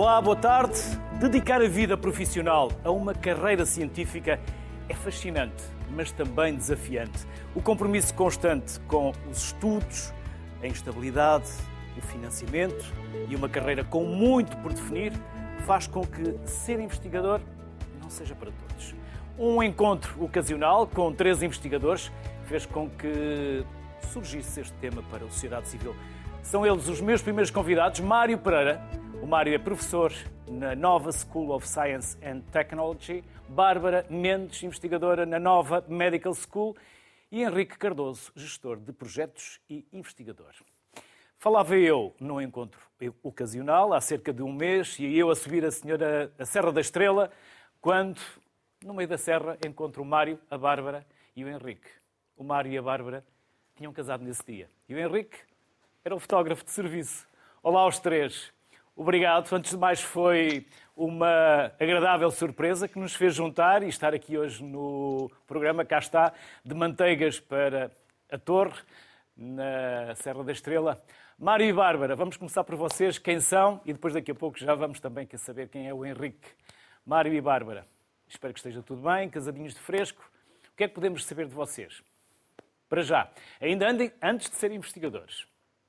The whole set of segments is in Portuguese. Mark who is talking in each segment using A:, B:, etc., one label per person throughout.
A: Olá, boa tarde. Dedicar a vida profissional a uma carreira científica é fascinante, mas também desafiante. O compromisso constante com os estudos, a instabilidade, o financiamento e uma carreira com muito por definir faz com que ser investigador não seja para todos. Um encontro ocasional com 3 investigadores fez com que surgisse este tema para a sociedade civil. São eles os meus primeiros convidados, Mário Pereira. O Mário é professor na Nova School of Science and Technology, Bárbara Mendes, investigadora na Nova Medical School, e Henrique Cardoso, gestor de projetos e investigador. Falava eu num encontro ocasional, há cerca de um mês, e eu a subir a Serra da Estrela, quando, no meio da serra, encontro o Mário, a Bárbara e o Henrique. O Mário e a Bárbara tinham casado nesse dia. E o Henrique era o fotógrafo de serviço. Olá aos 3. Obrigado. Antes de mais, foi uma agradável surpresa que nos fez juntar e estar aqui hoje no programa. Cá está, de Manteigas para a Torre, na Serra da Estrela. Mário e Bárbara, vamos começar por vocês. Quem são? E depois, daqui a pouco, já vamos também saber quem é o Henrique. Mário e Bárbara, espero que esteja tudo bem, casadinhos de fresco. O que é que podemos saber de vocês? Para já, ainda antes de serem investigadores.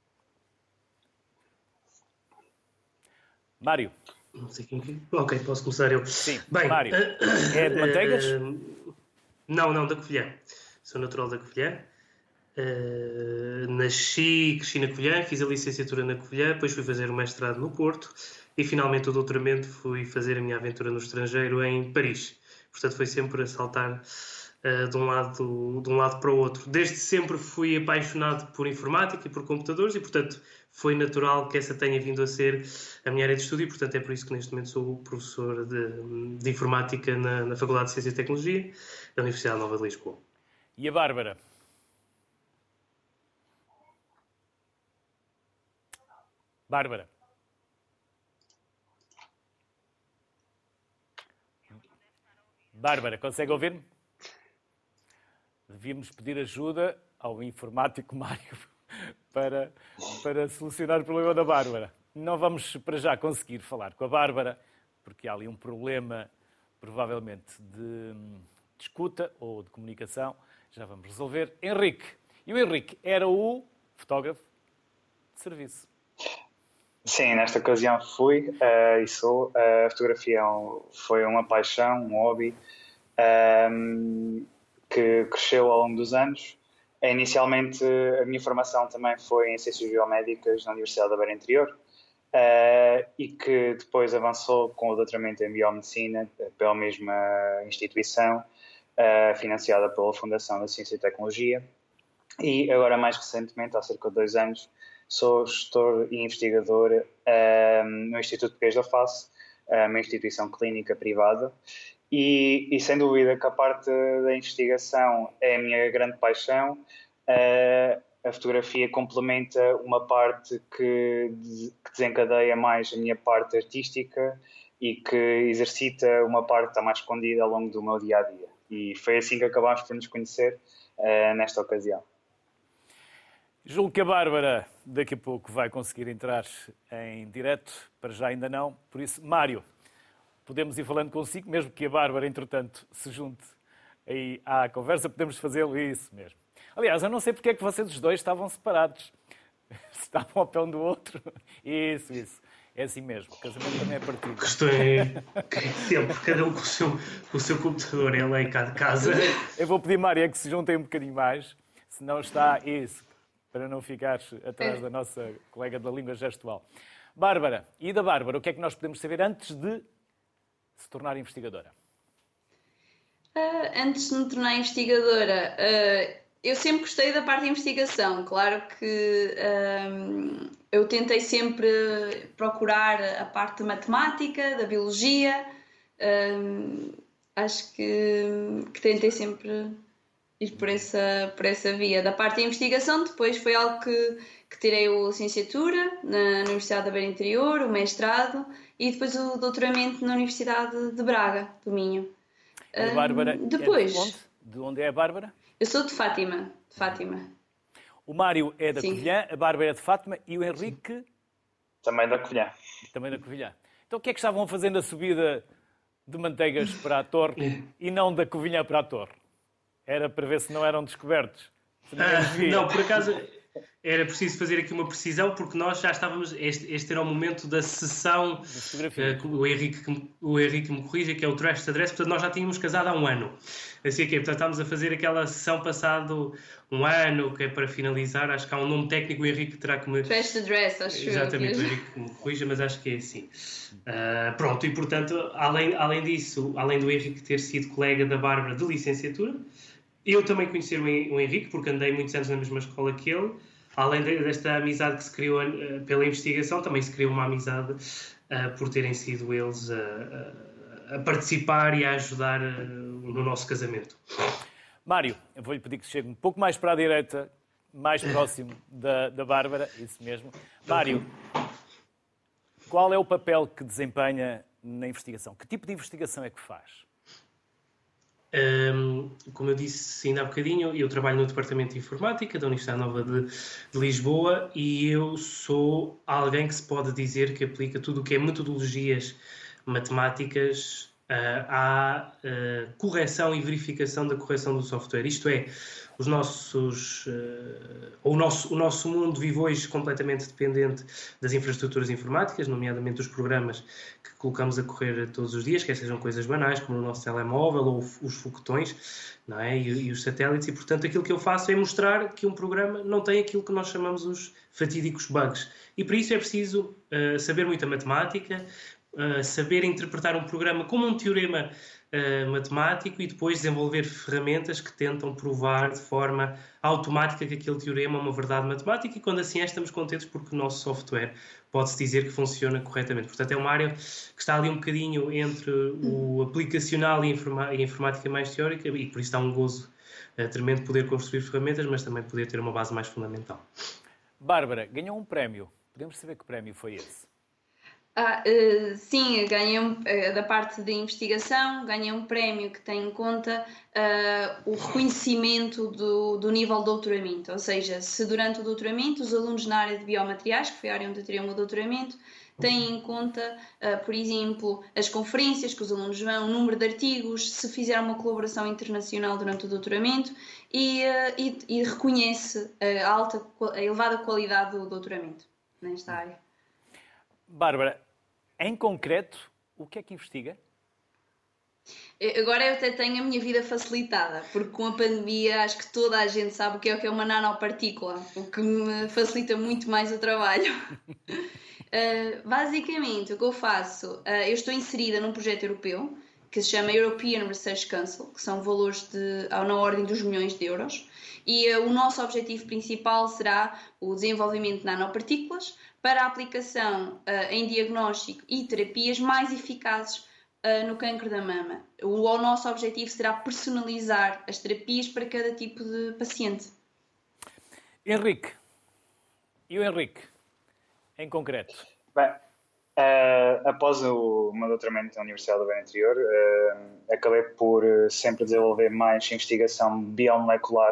A: Mário.
B: Não sei quem. Ok, posso começar eu.
A: Sim,
B: bem,
A: Mário. É de Manteigas?
B: Não, da Covilhã. Sou natural da Covilhã. Nasci e cresci na Covilhã, fiz a licenciatura na Covilhã, depois fui fazer o mestrado no Porto e finalmente o doutoramento fui fazer a minha aventura no estrangeiro em Paris. Portanto, foi sempre a saltar de um lado para o outro. Desde sempre fui apaixonado por informática e por computadores e, portanto, foi natural que essa tenha vindo a ser a minha área de estudo e, portanto, é por isso que neste momento sou professor de informática na Faculdade de Ciência e Tecnologia da Universidade Nova de Lisboa.
A: E a Bárbara? Bárbara. Bárbara, consegue ouvir-me? Devíamos pedir ajuda ao informático Mário para solucionar o problema da Bárbara. Não vamos para já conseguir falar com a Bárbara, porque há ali um problema, provavelmente, de escuta ou de comunicação. Já vamos resolver. Henrique. E o Henrique era o fotógrafo de serviço.
C: Sim, nesta ocasião fui e sou. A fotografia foi uma paixão, um hobby que cresceu ao longo dos anos. Inicialmente, a minha formação também foi em Ciências Biomédicas na Universidade da Beira Interior e que depois avançou com o doutoramento em Biomedicina pela mesma instituição, financiada pela Fundação da Ciência e Tecnologia. E agora, mais recentemente, há cerca de 2 anos, sou gestor e investigador no Instituto Português da Face, uma instituição clínica privada. E sem dúvida que a parte da investigação é a minha grande paixão. A fotografia complementa uma parte que desencadeia mais a minha parte artística e que exercita uma parte que está mais escondida ao longo do meu dia-a-dia. E foi assim que acabámos por nos conhecer nesta ocasião.
A: Julgo que a Bárbara daqui a pouco vai conseguir entrar em direto, para já ainda não. Por isso, Mário, podemos ir falando consigo, mesmo que a Bárbara, entretanto, se junte aí à conversa, podemos fazê-lo isso mesmo. Aliás, eu não sei porque é que vocês os dois estavam separados. Estavam ao pé um do outro. Isso. É assim mesmo. O casamento também é partido.
B: Sempre, cada um com o seu computador, ele aí cá de casa.
A: Eu vou pedir, Mário, que se juntem um bocadinho mais, senão está isso, para não ficares atrás da nossa colega da língua gestual. Bárbara, e da Bárbara, o que é que nós podemos saber antes de se tornar investigadora?
D: Antes de me tornar investigadora, eu sempre gostei da parte de investigação. Claro que eu tentei sempre procurar a parte de matemática, da biologia. Acho que tentei sempre ir por essa via. Da parte de investigação, depois foi algo que tirei a licenciatura na Universidade da Beira Interior, o mestrado e depois o doutoramento na Universidade de Braga, do Minho.
A: E a Bárbara
D: depois,
A: é de onde é a Bárbara?
D: Eu sou de Fátima.
A: O Mário é da Covilhã, a Bárbara é de Fátima e o Henrique?
C: Também da Covilhã.
A: Também da Covilhã. Então o que é que estavam a fazer na subida de Manteigas para a Torre e não da Covilhã para a Torre? Era para ver se não eram descobertos.
B: Não, por acaso era preciso fazer aqui uma precisão, porque nós já estávamos. Este era o momento da sessão. O Henrique me corrija, que é o Trash Address. Portanto, nós já tínhamos casado há um ano. Assim que, portanto, estávamos a fazer aquela sessão passado um ano, que é para finalizar. Acho que há um nome técnico, o Henrique terá que me.
D: Trash Address, acho.
B: Exatamente, o Henrique me corrija, mas acho que é assim. Pronto, e portanto, além disso, além do Henrique ter sido colega da Bárbara de licenciatura, eu também conheci o Henrique, porque andei muitos anos na mesma escola que ele. Além desta amizade que se criou pela investigação, também se criou uma amizade por terem sido eles a participar e a ajudar no nosso casamento.
A: Mário, eu vou-lhe pedir que chegue um pouco mais para a direita, mais próximo da Bárbara, isso mesmo. Mário, qual é o papel que desempenha na investigação? Que tipo de investigação é que faz?
B: Como eu disse ainda há bocadinho, eu trabalho no Departamento de Informática da Universidade Nova de Lisboa e eu sou alguém que se pode dizer que aplica tudo o que é metodologias matemáticas à correção e verificação da correção do software. Isto é, o nosso mundo vive hoje completamente dependente das infraestruturas informáticas, nomeadamente dos programas que colocamos a correr todos os dias, quer sejam coisas banais, como o nosso telemóvel ou os foguetões, não é? E os satélites, e portanto aquilo que eu faço é mostrar que um programa não tem aquilo que nós chamamos os fatídicos bugs. E para isso é preciso saber muita matemática, saber interpretar um programa como um teorema matemático e depois desenvolver ferramentas que tentam provar de forma automática que aquele teorema é uma verdade matemática, e quando assim é, estamos contentes porque o nosso software pode-se dizer que funciona corretamente. Portanto, é uma área que está ali um bocadinho entre o aplicacional e a informática mais teórica, e por isso dá um gozo tremendo poder construir ferramentas, mas também poder ter uma base mais fundamental.
A: Bárbara, ganhou um prémio. Podemos saber que prémio foi esse?
D: Sim, ganhei da parte de investigação, ganhei um prémio que tem em conta o reconhecimento do nível de doutoramento, ou seja, se durante o doutoramento os alunos na área de biomateriais, que foi a área onde eu tirei o meu doutoramento, têm em conta, por exemplo, as conferências que os alunos vão, o número de artigos, se fizeram uma colaboração internacional durante o doutoramento e reconhece a elevada qualidade do doutoramento nesta área.
A: Bárbara, em concreto, o que é que investiga?
D: Agora eu até tenho a minha vida facilitada, porque com a pandemia acho que toda a gente sabe o que é uma nanopartícula, o que me facilita muito mais o trabalho. Basicamente, o que eu faço, eu estou inserida num projeto europeu que se chama European Research Council, que são valores na ordem dos milhões de euros, e o nosso objetivo principal será o desenvolvimento de nanopartículas para a aplicação em diagnóstico e terapias mais eficazes no cancro da mama. O nosso objetivo será personalizar as terapias para cada tipo de paciente.
A: Henrique, e o Henrique, em concreto?
C: Bem, após o meu doutoramento na Universidade da Beira Interior, acabei por sempre desenvolver mais investigação biomolecular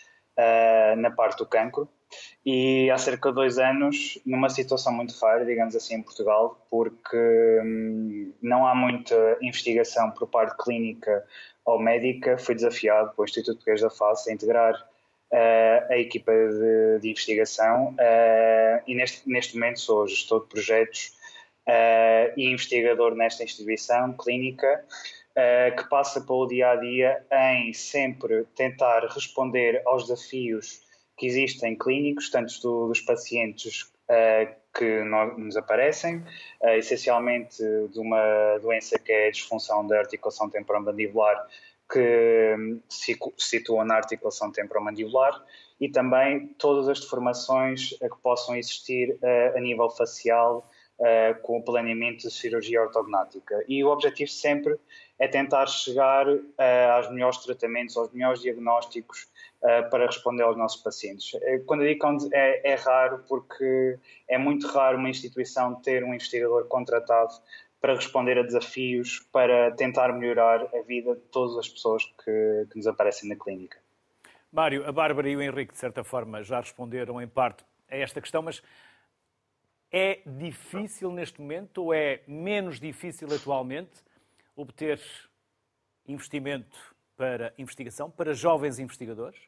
C: na parte do cancro, e há cerca de 2 anos, numa situação muito rara, digamos assim, em Portugal, porque não há muita investigação por parte clínica ou médica, fui desafiado pelo Instituto Português da Face a integrar a equipa de investigação, e neste momento sou gestor de projetos e investigador nesta instituição clínica, que passa pelo dia-a-dia em sempre tentar responder aos desafios que existem clínicos, tanto dos pacientes que nos aparecem, essencialmente de uma doença que é a disfunção da articulação temporomandibular, que se situa na articulação temporomandibular, e também todas as deformações que possam existir a nível facial, com o planeamento de cirurgia ortognática. E o objetivo sempre é tentar chegar aos melhores tratamentos, aos melhores diagnósticos para responder aos nossos pacientes. Quando eu digo é raro, porque é muito raro uma instituição ter um investigador contratado para responder a desafios, para tentar melhorar a vida de todas as pessoas que nos aparecem na clínica.
A: Mário, a Bárbara e o Henrique, de certa forma, já responderam em parte a esta questão, mas É difícil neste momento ou é menos difícil atualmente obter investimento para investigação, para jovens investigadores?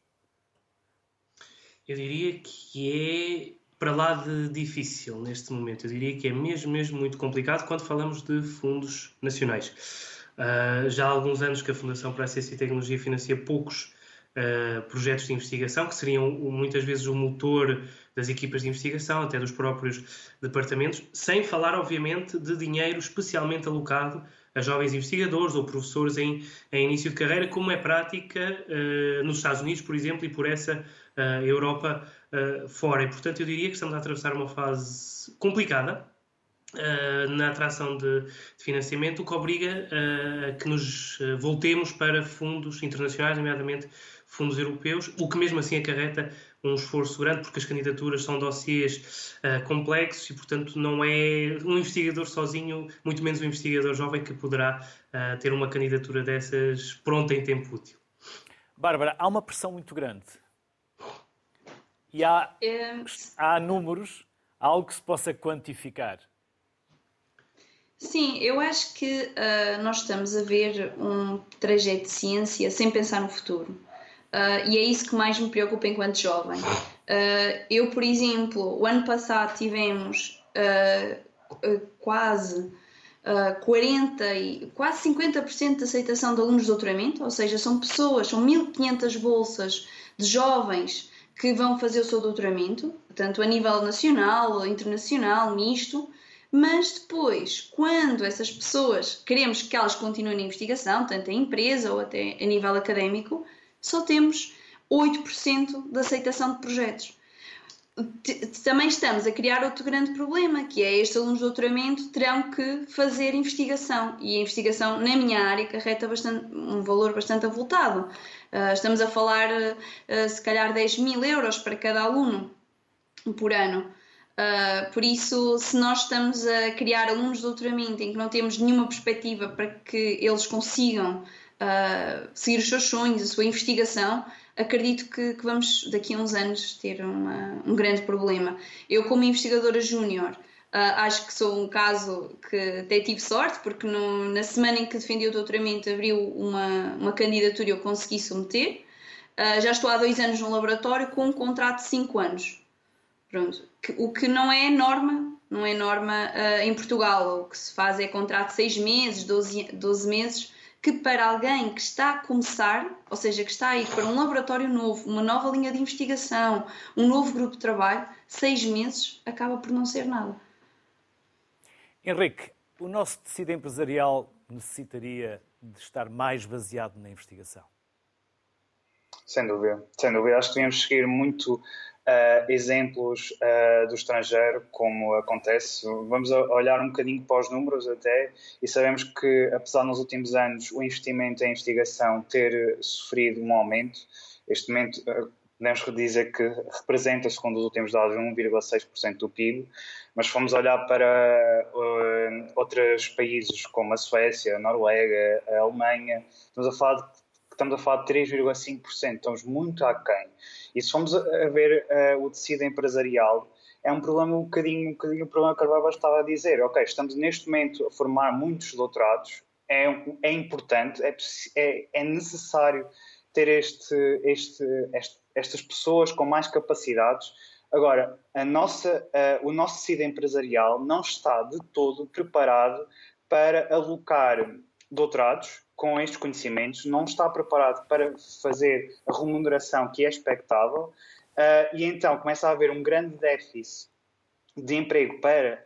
B: Eu diria que é para lá de difícil neste momento. Eu diria que é mesmo muito complicado quando falamos de fundos nacionais. Já há alguns anos que a Fundação para a Ciência e Tecnologia financia poucos projetos de investigação, que seriam muitas vezes o motor das equipas de investigação, até dos próprios departamentos, sem falar, obviamente, de dinheiro especialmente alocado a jovens investigadores ou professores em início de carreira, como é prática nos Estados Unidos, por exemplo, e por essa Europa fora. E, portanto, eu diria que estamos a atravessar uma fase complicada na atração de financiamento, o que obriga a que nos voltemos para fundos internacionais, nomeadamente fundos europeus, o que mesmo assim acarreta um esforço grande, porque as candidaturas são dossiês complexos e, portanto, não é um investigador sozinho, muito menos um investigador jovem, que poderá ter uma candidatura dessas pronta em tempo útil.
A: Bárbara, há uma pressão muito grande. E há números, há algo que se possa quantificar.
D: Sim, eu acho que nós estamos a ver um trajeto de ciência sem pensar no futuro. E é isso que mais me preocupa enquanto jovem. Eu, por exemplo, o ano passado tivemos quase 50% de aceitação de alunos de doutoramento, ou seja, são 1.500 bolsas de jovens que vão fazer o seu doutoramento, tanto a nível nacional, internacional, misto. Mas depois, quando essas pessoas, queremos que elas continuem na investigação, tanto em empresa ou até a nível académico, só temos 8% de aceitação de projetos. Também estamos a criar outro grande problema, que é estes alunos de doutoramento terão que fazer investigação. E a investigação, na minha área, acarreta um valor bastante avultado. Estamos a falar, se calhar, 10.000 euros para cada aluno por ano. Por isso, se nós estamos a criar alunos de doutoramento em que não temos nenhuma perspectiva para que eles consigam seguir os seus sonhos, a sua investigação, acredito que vamos daqui a uns anos ter um grande problema. Eu, como investigadora júnior, acho que sou um caso que até tive sorte, porque na semana em que defendi o doutoramento abriu uma candidatura e eu consegui submeter. Já estou há 2 anos no laboratório com um contrato de 5 anos. Pronto. O que não é norma em Portugal. O que se faz é contrato de 6 meses, 12 meses, que para alguém que está a começar, ou seja, que está a ir para um laboratório novo, uma nova linha de investigação, um novo grupo de trabalho, 6 meses acaba por não ser nada.
A: Henrique, o nosso tecido empresarial necessitaria de estar mais baseado na investigação?
C: Sem dúvida. Acho que devemos seguir muito exemplos do estrangeiro, como acontece. Vamos olhar um bocadinho para os números até, e sabemos que, apesar nos últimos anos o investimento em investigação ter sofrido um aumento, este momento podemos dizer que representa, segundo os últimos dados, 1,6% do PIB, mas se formos olhar para outros países como a Suécia, a Noruega, a Alemanha, estamos a falar de 3,5%, estamos muito aquém. E se formos a ver o tecido empresarial, é um problema um bocadinho o problema que a Bárbara estava a dizer. Ok, estamos neste momento a formar muitos doutorados, é importante, é necessário ter estas pessoas com mais capacidades. Agora, o nosso tecido empresarial não está de todo preparado para alocar doutorados com estes conhecimentos, não está preparado para fazer a remuneração que é expectável, e então começa a haver um grande déficit de emprego para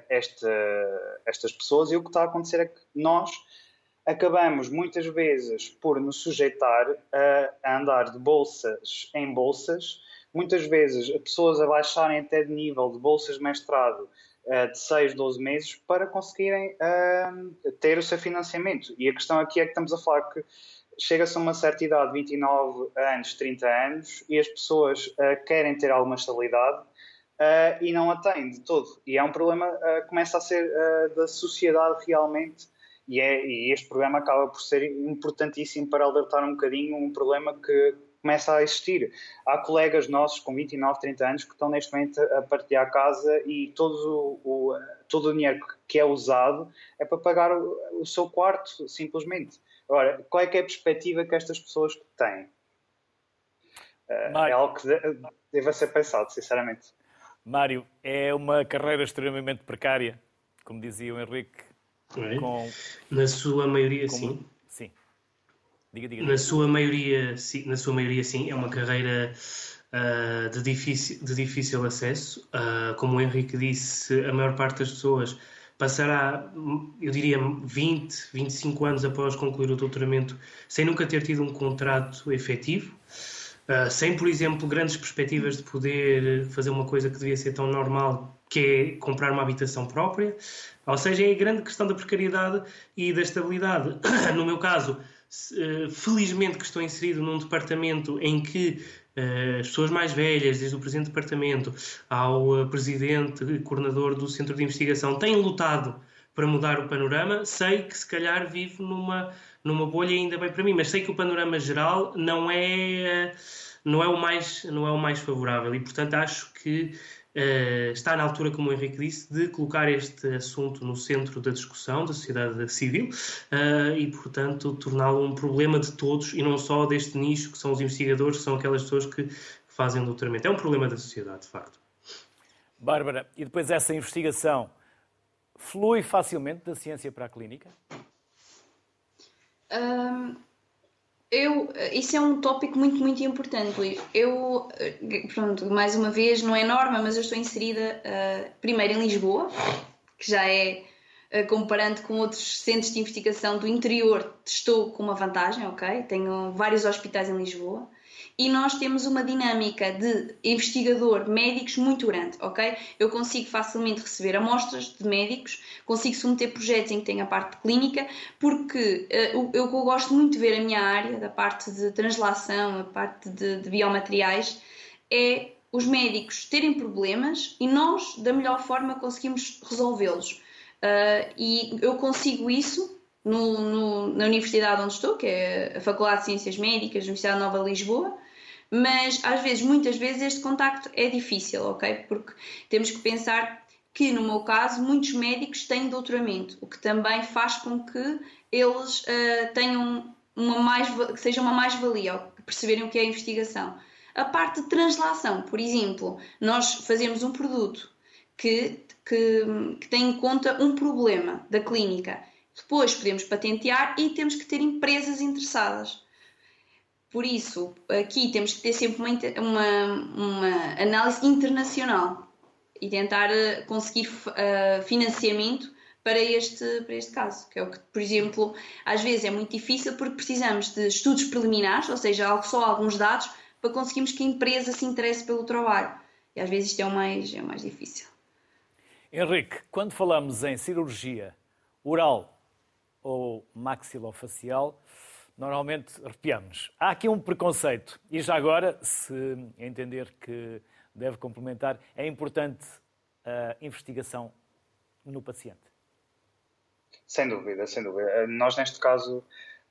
C: estas pessoas, e o que está a acontecer é que nós acabamos muitas vezes por nos sujeitar a andar de bolsas em bolsas, muitas vezes a pessoas a baixarem até de nível de bolsas de mestrado de 6, 12 meses para conseguirem ter o seu financiamento. E a questão aqui é que estamos a falar que chega-se a uma certa idade, 29 anos, 30 anos, e as pessoas querem ter alguma estabilidade e não a têm de todo. E é um problema que começa a ser da sociedade realmente, e este programa acaba por ser importantíssimo para alertar um bocadinho um problema que começa a existir. Há colegas nossos com 29, 30 anos que estão neste momento a partilhar a casa e todo o dinheiro que é usado é para pagar o seu quarto, simplesmente. Agora, qual é que é a perspectiva que estas pessoas têm? É algo que deve ser pensado, sinceramente.
A: Mário, é uma carreira extremamente precária, como dizia o Henrique.
B: Na sua maioria, sim.
A: Sim. Diga.
B: Na sua maioria, sim. É uma carreira de difícil acesso. Como o Henrique disse, a maior parte das pessoas passará, eu diria, 20, 25 anos após concluir o doutoramento sem nunca ter tido um contrato efetivo. Sem, por exemplo, grandes perspectivas de poder fazer uma coisa que devia ser tão normal, que é comprar uma habitação própria. Ou seja, é a grande questão da precariedade e da estabilidade. No meu caso, felizmente que estou inserido num departamento em que as pessoas mais velhas, desde o presidente do departamento ao presidente e coordenador do centro de investigação, têm lutado para mudar o panorama. Sei que se calhar vivo numa bolha, ainda bem para mim, mas sei que o panorama geral não é o mais favorável e, portanto, acho que está na altura, como o Henrique disse, de colocar este assunto no centro da discussão da sociedade civil e, portanto, torná-lo um problema de todos e não só deste nicho, que são os investigadores, que são aquelas pessoas que fazem doutoramento. É um problema da sociedade, de facto.
A: Bárbara, e depois essa investigação flui facilmente da ciência para a clínica?
D: Isso é um tópico muito, muito importante, Luís. Pronto, mais uma vez, não é norma, mas eu estou inserida primeiro em Lisboa, que já é, comparando com outros centros de investigação do interior, estou com uma vantagem, ok? Tenho vários hospitais em Lisboa. E nós temos uma dinâmica de investigador-médicos muito grande, ok? Eu consigo facilmente receber amostras de médicos, consigo submeter projetos em que tenho a parte clínica, porque eu gosto muito de ver a minha área, da parte de translação, a parte de biomateriais, é os médicos terem problemas e nós, da melhor forma, conseguimos resolvê-los. E eu consigo isso na universidade onde estou, que é a Faculdade de Ciências Médicas, Universidade Nova de Lisboa, mas muitas vezes este contacto é difícil, ok? Porque temos que pensar que, no meu caso, muitos médicos têm doutoramento, o que também faz com que eles tenham que seja uma mais-valia, ao perceberem o que é a investigação. A parte de translação, por exemplo, nós fazemos um produto que tem em conta um problema da clínica. Depois podemos patentear e temos que ter empresas interessadas. Por isso, aqui temos que ter sempre uma análise internacional e tentar conseguir financiamento para este caso, que é o que, por exemplo, às vezes é muito difícil porque precisamos de estudos preliminares, ou seja, só alguns dados, para conseguirmos que a empresa se interesse pelo trabalho. E às vezes isto é o mais difícil.
A: Henrique, quando falamos em cirurgia oral ou maxilofacial, normalmente arrepiamos. Há aqui um preconceito. E já agora, se entender que deve complementar, é importante a investigação no paciente.
C: Sem dúvida, sem dúvida. Nós, neste caso,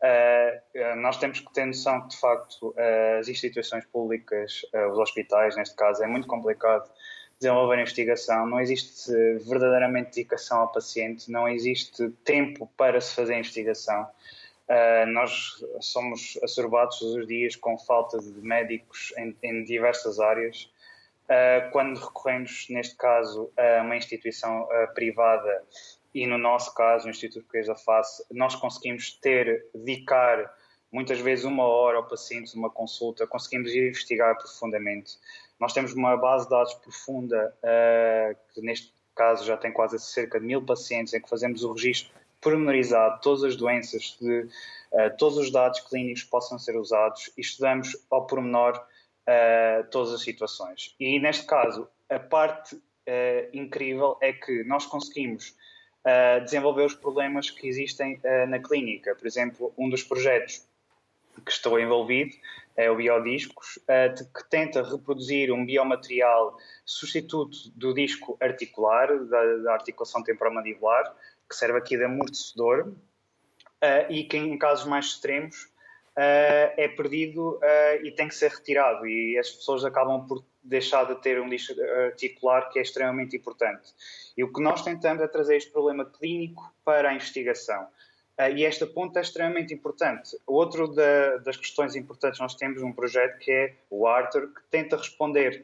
C: nós temos que ter noção que, de facto, as instituições públicas, os hospitais, neste caso, é muito complicado desenvolver a investigação. Não existe verdadeiramente dedicação ao paciente, não existe tempo para se fazer a investigação. Nós somos assoberbados todos os dias com falta de médicos em diversas áreas. Quando recorremos, neste caso, a uma instituição privada e, no nosso caso, o Instituto Português da Face, nós conseguimos dedicar muitas vezes 1 hora ao paciente, uma consulta, conseguimos ir investigar profundamente. Nós temos uma base de dados profunda, que neste caso já tem quase cerca de 1000 pacientes, em que fazemos o registro pormenorizado de todas as doenças, de todos os dados clínicos que possam ser usados e estudamos ao pormenor todas as situações. E neste caso, a parte incrível é que nós conseguimos desenvolver os problemas que existem na clínica. Por exemplo, um dos projetos que estou envolvido é o Biodiscos, que tenta reproduzir um biomaterial substituto do disco articular, da articulação temporomandibular, que serve aqui de amortecedor, e que em casos mais extremos é perdido e tem que ser retirado, e as pessoas acabam por deixar de ter um lixo articular que é extremamente importante. E o que nós tentamos é trazer este problema clínico para a investigação. E esta ponta é extremamente importante. Outro das questões importantes, nós temos um projeto que é o Arthur, que tenta responder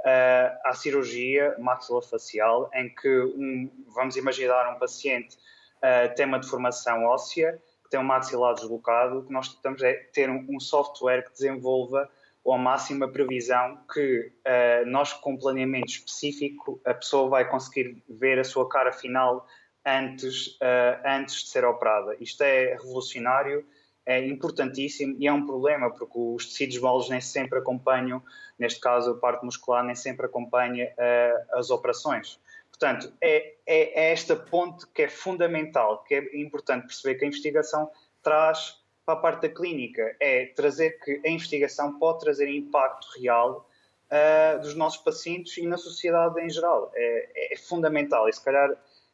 C: à cirurgia maxilofacial, em que vamos imaginar um paciente tem uma deformação óssea, que tem um maxilar deslocado. O que nós tentamos é ter um software que desenvolva a máxima previsão que nós, com planeamento específico, a pessoa vai conseguir ver a sua cara final antes de ser operada. Isto é revolucionário, é importantíssimo e é um problema porque os tecidos moles nem sempre acompanham, neste caso a parte muscular nem sempre acompanha as operações. Portanto, é esta ponte que é fundamental, que é importante perceber que a investigação traz para a parte da clínica, é trazer que a investigação pode trazer impacto real dos nossos pacientes e na sociedade em geral. É fundamental e se calhar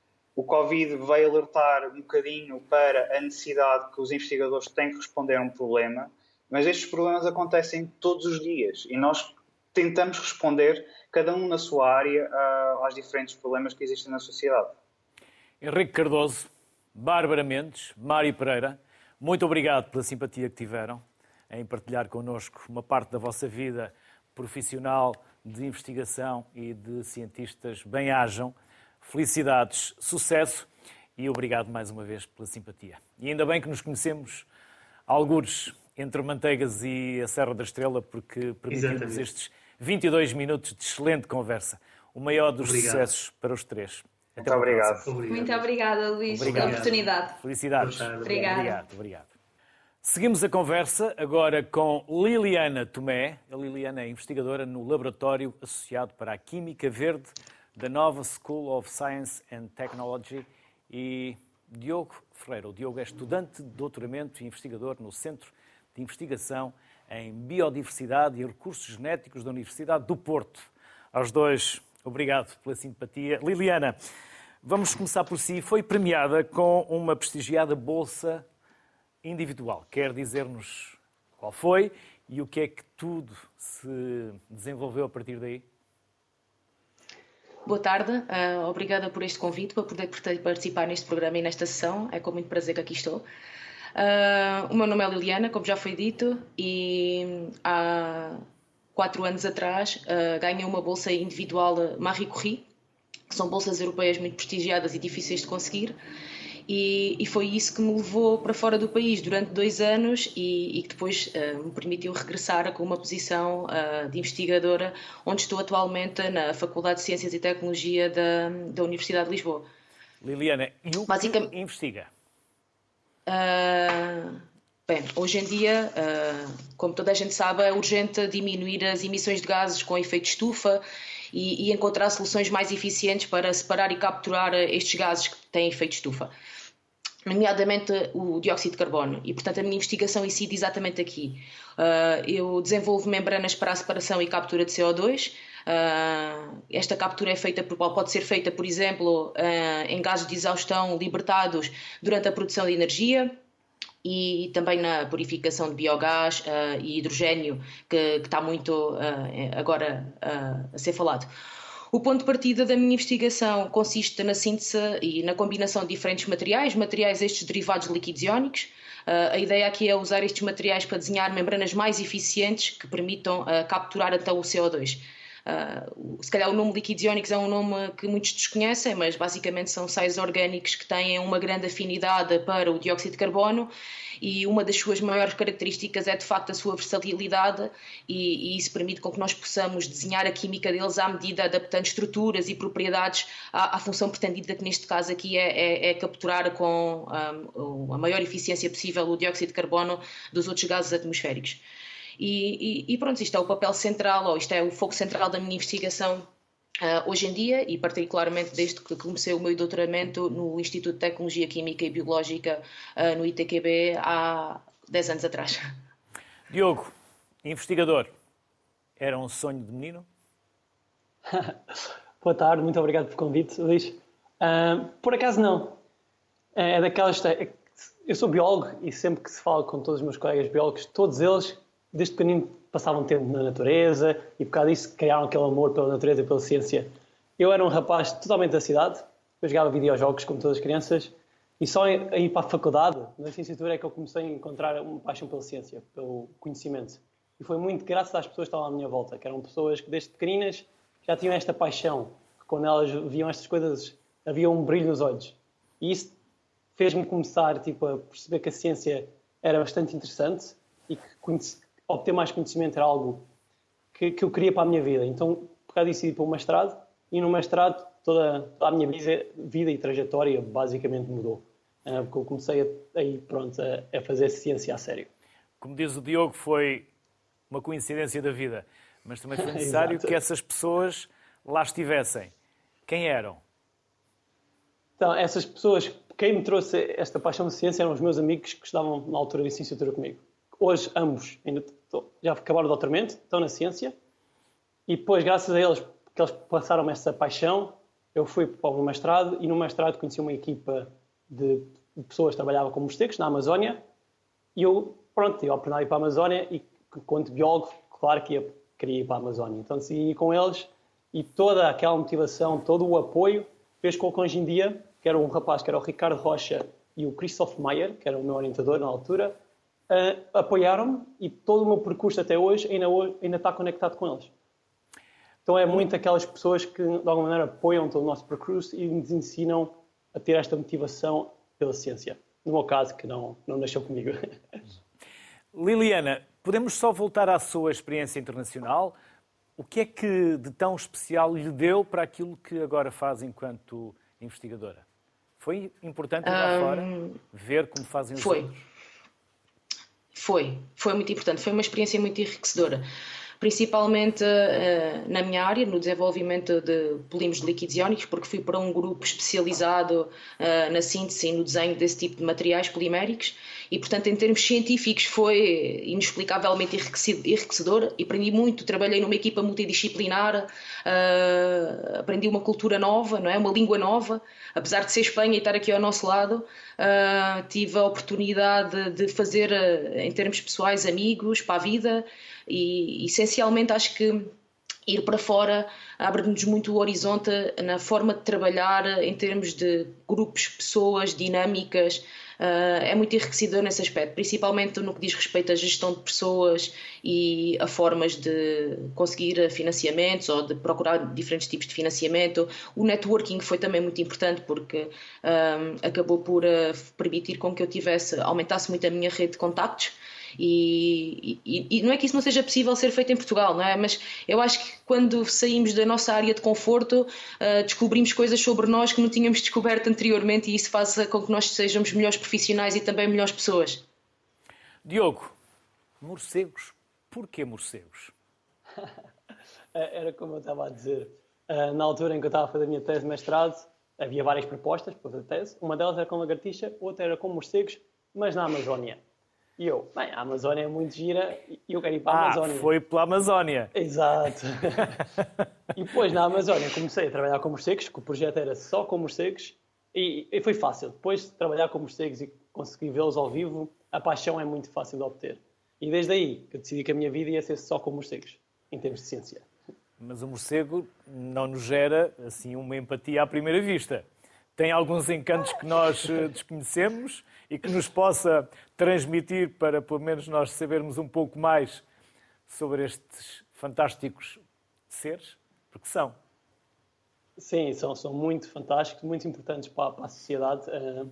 C: o Covid veio alertar um bocadinho para a necessidade que os investigadores têm que responder a um problema, mas estes problemas acontecem todos os dias e nós tentamos responder, cada um na sua área, aos diferentes problemas que existem na sociedade.
A: Henrique Cardoso, Bárbara Mendes, Mário Pereira, muito obrigado pela simpatia que tiveram em partilhar connosco uma parte da vossa vida profissional, de investigação e de cientistas. Bem-ajam. Felicidades, sucesso e obrigado mais uma vez pela simpatia. E ainda bem que nos conhecemos algures entre Manteigas e a Serra da Estrela, porque permitimos estes 22 minutos de excelente conversa. O maior dos sucessos para os três.
C: Muito obrigado.
D: Muito obrigada, Luís, pela oportunidade.
A: Felicidades.
D: Obrigada.
A: Obrigado. Seguimos a conversa agora com Liliana Tomé. A Liliana é investigadora no Laboratório Associado para a Química Verde da Nova School of Science and Technology, e Diogo Ferreira. O Diogo é estudante de doutoramento e investigador no Centro de Investigação em Biodiversidade e Recursos Genéticos da Universidade do Porto. Aos dois, obrigado pela simpatia. Liliana, vamos começar por si. Foi premiada com uma prestigiada bolsa individual. Quer dizer-nos qual foi e o que é que tudo se desenvolveu a partir daí?
E: Boa tarde, obrigada por este convite, para poder participar neste programa e nesta sessão. É com muito prazer que aqui estou. O meu nome é Liliana, como já foi dito, e há 4 anos atrás ganhei uma bolsa individual Marie Curie, que são bolsas europeias muito prestigiadas e difíceis de conseguir, e foi isso que me levou para fora do país durante 2 anos e que depois me permitiu regressar com uma posição de investigadora, onde estou atualmente na Faculdade de Ciências e Tecnologia da Universidade de Lisboa.
A: Liliana, e o que investiga?
E: Bem, hoje em dia, como toda a gente sabe, é urgente diminuir as emissões de gases com efeito estufa e encontrar soluções mais eficientes para separar e capturar estes gases que têm efeito estufa, nomeadamente o dióxido de carbono. E, portanto, a minha investigação incide exatamente aqui. Eu desenvolvo membranas para a separação e captura de CO2. Esta captura pode ser feita, por exemplo, em gases de exaustão libertados durante a produção de energia e também na purificação de biogás e hidrogénio, que está muito agora a ser falado. O ponto de partida da minha investigação consiste na síntese e na combinação de diferentes materiais estes derivados de líquidos iónicos. A ideia aqui é usar estes materiais para desenhar membranas mais eficientes que permitam capturar então o CO2. Se calhar o nome líquidos iónicos é um nome que muitos desconhecem, mas basicamente são sais orgânicos que têm uma grande afinidade para o dióxido de carbono, e uma das suas maiores características é de facto a sua versatilidade, e isso permite com que nós possamos desenhar a química deles à medida, adaptando estruturas e propriedades à função pretendida, que neste caso aqui é capturar com a maior eficiência possível o dióxido de carbono dos outros gases atmosféricos. E pronto, isto é o papel central, ou isto é o foco central da minha investigação hoje em dia, e particularmente desde que comecei o meu doutoramento no Instituto de Tecnologia Química e Biológica no ITQB há 10 anos atrás.
A: Diogo, investigador, era um sonho de menino?
F: Boa tarde, muito obrigado pelo convite, Luís. Por acaso não. É daquelas... eu sou biólogo e sempre que se fala com todos os meus colegas biólogos, todos eles, desde pequenino, passavam tempo na natureza e por causa disso criaram aquele amor pela natureza e pela ciência. Eu era um rapaz totalmente da cidade, eu jogava videojogos como todas as crianças e só a ir para a faculdade, na licenciatura, é que eu comecei a encontrar uma paixão pela ciência, pelo conhecimento. E foi muito graças às pessoas que estavam à minha volta, que eram pessoas que desde pequeninas já tinham esta paixão, que quando elas viam estas coisas havia um brilho nos olhos. E isso fez-me começar a perceber que a ciência era bastante interessante e que obter mais conhecimento era algo que eu queria para a minha vida. Então, por causa disso, decidi para o mestrado e no mestrado toda a minha vida e trajetória basicamente mudou. Porque eu comecei a fazer ciência a sério.
A: Como diz o Diogo, foi uma coincidência da vida, mas também foi necessário que essas pessoas lá estivessem. Quem eram?
F: Então, essas pessoas, quem me trouxe esta paixão de ciência eram os meus amigos que estavam na altura de licenciatura comigo. Hoje, ambos já acabaram o doutoramento, estão na ciência, e depois, graças a eles, que eles passaram essa paixão, eu fui para o mestrado, e no mestrado conheci uma equipa de pessoas que trabalhavam com morcegos na Amazónia, e eu, tive a oportunidade de ir para a Amazónia, e quanto biólogo, claro que queria ir para a Amazónia. Então, decidi ir com eles, e toda aquela motivação, todo o apoio, fez com que hoje em dia, que era um rapaz, que era o Ricardo Rocha, e o Christoph Meyer, que era o meu orientador na altura, apoiaram-me e todo o meu percurso até hoje ainda está conectado com eles. Então é muito aquelas pessoas que de alguma maneira apoiam todo o nosso percurso e nos ensinam a ter esta motivação pela ciência. No meu caso, que não nasceu comigo.
A: Liliana, podemos só voltar à sua experiência internacional? O que é que de tão especial lhe deu para aquilo que agora faz enquanto investigadora? Foi importante ir lá fora, ver como fazem os outros?
E: Foi muito importante, foi uma experiência muito enriquecedora, principalmente na minha área, no desenvolvimento de polímeros de líquidos iónicos, porque fui para um grupo especializado na síntese e no desenho desse tipo de materiais poliméricos e, portanto, em termos científicos foi inexplicavelmente enriquecedor e aprendi muito, trabalhei numa equipa multidisciplinar, aprendi uma cultura nova, não é? Uma língua nova, apesar de ser Espanha e estar aqui ao nosso lado, tive a oportunidade de fazer, em termos pessoais, amigos para a vida e, essencialmente, acho que ir para fora abre-nos muito o horizonte na forma de trabalhar em termos de grupos, pessoas, dinâmicas. É muito enriquecedor nesse aspecto, principalmente no que diz respeito à gestão de pessoas e a formas de conseguir financiamentos ou de procurar diferentes tipos de financiamento. O networking foi também muito importante porque acabou por permitir com que eu aumentasse muito a minha rede de contactos. E não é que isso não seja possível ser feito em Portugal, não é? Mas eu acho que quando saímos da nossa área de conforto, descobrimos coisas sobre nós que não tínhamos descoberto anteriormente e isso faz com que nós sejamos melhores profissionais e também melhores pessoas.
A: Diogo, morcegos, porquê morcegos?
F: Era como eu estava a dizer. Na altura em que eu estava a fazer a minha tese de mestrado, havia várias propostas para fazer tese. Uma delas era com lagartixa, outra era com morcegos, mas na Amazónia. E eu, a Amazónia é muito gira e eu quero ir para a Amazónia.
A: Foi pela Amazónia.
F: Exato. E depois na Amazónia comecei a trabalhar com morcegos, que o projeto era só com morcegos, e foi fácil. Depois de trabalhar com morcegos e conseguir vê-los ao vivo, a paixão é muito fácil de obter. E desde aí que eu decidi que a minha vida ia ser só com morcegos, em termos de ciência.
A: Mas o morcego não nos gera assim uma empatia à primeira vista. Tem alguns encantos que nós desconhecemos e que nos possa transmitir para, pelo menos, nós sabermos um pouco mais sobre estes fantásticos seres? Porque são.
F: Sim, são muito fantásticos, muito importantes para a sociedade.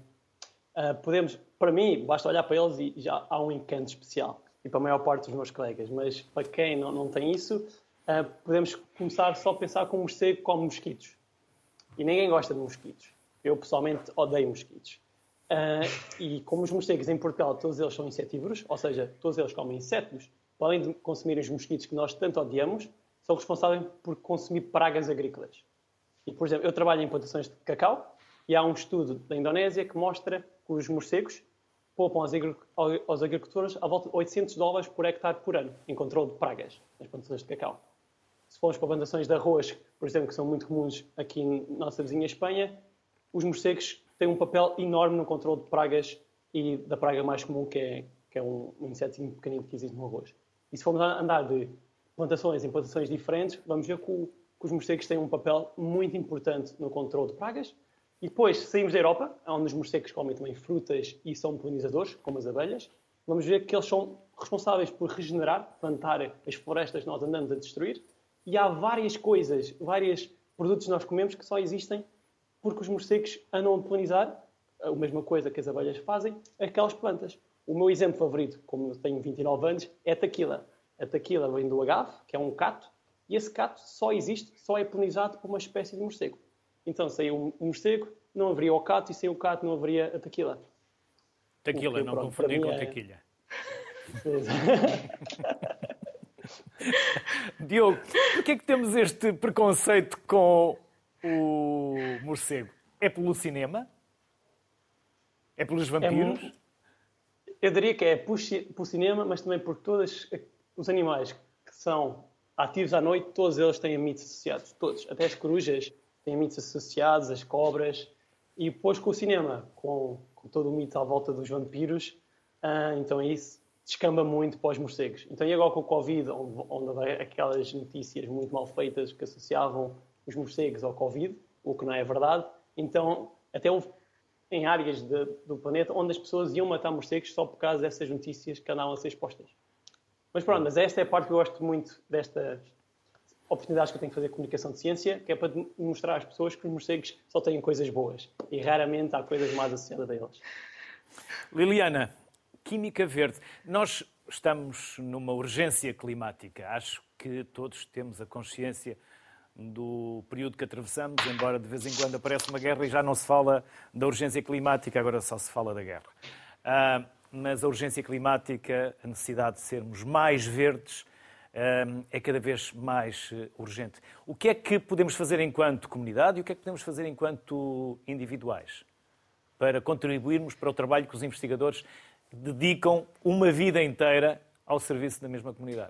F: Para mim, basta olhar para eles e já há um encanto especial. E para a maior parte dos meus colegas. Mas para quem não tem isso, podemos começar só a pensar com morcego como mosquitos. E ninguém gosta de mosquitos. Eu, pessoalmente, odeio mosquitos. E como os morcegos em Portugal, todos eles são insetívoros, ou seja, todos eles comem insetos, para além de consumirem os mosquitos que nós tanto odiamos, são responsáveis por consumir pragas agrícolas. E, por exemplo, eu trabalho em plantações de cacau e há um estudo da Indonésia que mostra que os morcegos poupam aos agricultores à volta de $800 por hectare por ano em controle de pragas nas plantações de cacau. Se formos para plantações de arroz, por exemplo, que são muito comuns aqui na nossa vizinha Espanha, os morcegos têm um papel enorme no controle de pragas e da praga mais comum, que é um inseto pequenino que existe no arroz. E se formos andar de plantações em plantações diferentes, vamos ver que os morcegos têm um papel muito importante no controle de pragas. E depois, se saímos da Europa, onde os morcegos comem também frutas e são polinizadores, como as abelhas, vamos ver que eles são responsáveis por regenerar, plantar as florestas que nós andamos a destruir. E há várias coisas, vários produtos que nós comemos que só existem porque os morcegos andam a polinizar a mesma coisa que as abelhas fazem, aquelas plantas. O meu exemplo favorito, como eu tenho 29 anos, é a taquila. A taquila vem do agave, que é um cato, e esse cato só existe, só é polinizado por uma espécie de morcego. Então, sem o morcego, não haveria o cato, e sem o cato não haveria a taquila.
A: Taquila, não confundir com taquilha. Diogo, porquê é que temos este preconceito com o morcego? É pelo cinema? É pelos vampiros?
F: Eu diria que é pelo cinema, mas também por todos os animais que são ativos à noite, todos eles têm mitos associados. Todos. Até as corujas têm mitos associados, as cobras. E depois com o cinema, com todo o mito à volta dos vampiros, então isso descamba muito para os morcegos. Então, e agora com o Covid, onde vai aquelas notícias muito mal feitas que associavam os morcegos ao Covid, o que não é verdade, então até houve em áreas do planeta onde as pessoas iam matar morcegos só por causa dessas notícias que andavam a ser expostas. Mas pronto, mas esta é a parte que eu gosto muito destas oportunidades que eu tenho de fazer comunicação de ciência, que é para mostrar às pessoas que os morcegos só têm coisas boas e raramente há coisas mais associadas a eles.
A: Liliana, Química Verde. Nós estamos numa urgência climática. Acho que todos temos a consciência do período que atravessamos, embora de vez em quando apareça uma guerra e já não se fala da urgência climática, agora só se fala da guerra. Mas a urgência climática, a necessidade de sermos mais verdes, é cada vez mais urgente. O que é que podemos fazer enquanto comunidade e o que é que podemos fazer enquanto individuais para contribuirmos para o trabalho que os investigadores dedicam uma vida inteira ao serviço da mesma comunidade?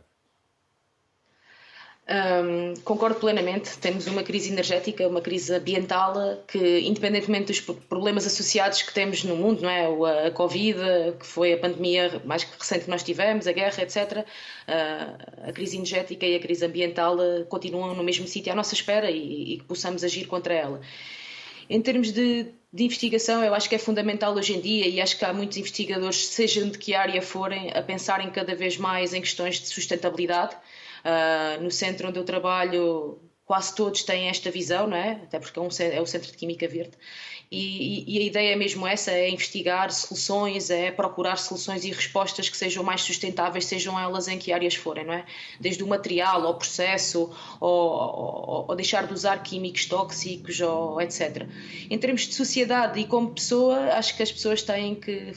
E: Concordo plenamente. Temos uma crise energética, uma crise ambiental que, independentemente dos problemas associados que temos no mundo, não é? A Covid, que foi a pandemia mais recente que nós tivemos, a guerra, etc. A crise energética e a crise ambiental continuam no mesmo sítio à nossa espera e que possamos agir contra ela. Em termos de investigação, eu acho que é fundamental hoje em dia, e acho que há muitos investigadores, sejam de que área forem, a pensarem cada vez mais em questões de sustentabilidade. No centro onde eu trabalho, quase todos têm esta visão, não é? Até porque é o Centro de Química Verde. E a ideia é mesmo essa, é investigar soluções, é procurar soluções e respostas que sejam mais sustentáveis, sejam elas em que áreas forem, não é? Desde o material, ao processo, ou deixar de usar químicos tóxicos, ou etc. Em termos de sociedade e como pessoa, acho que as pessoas têm que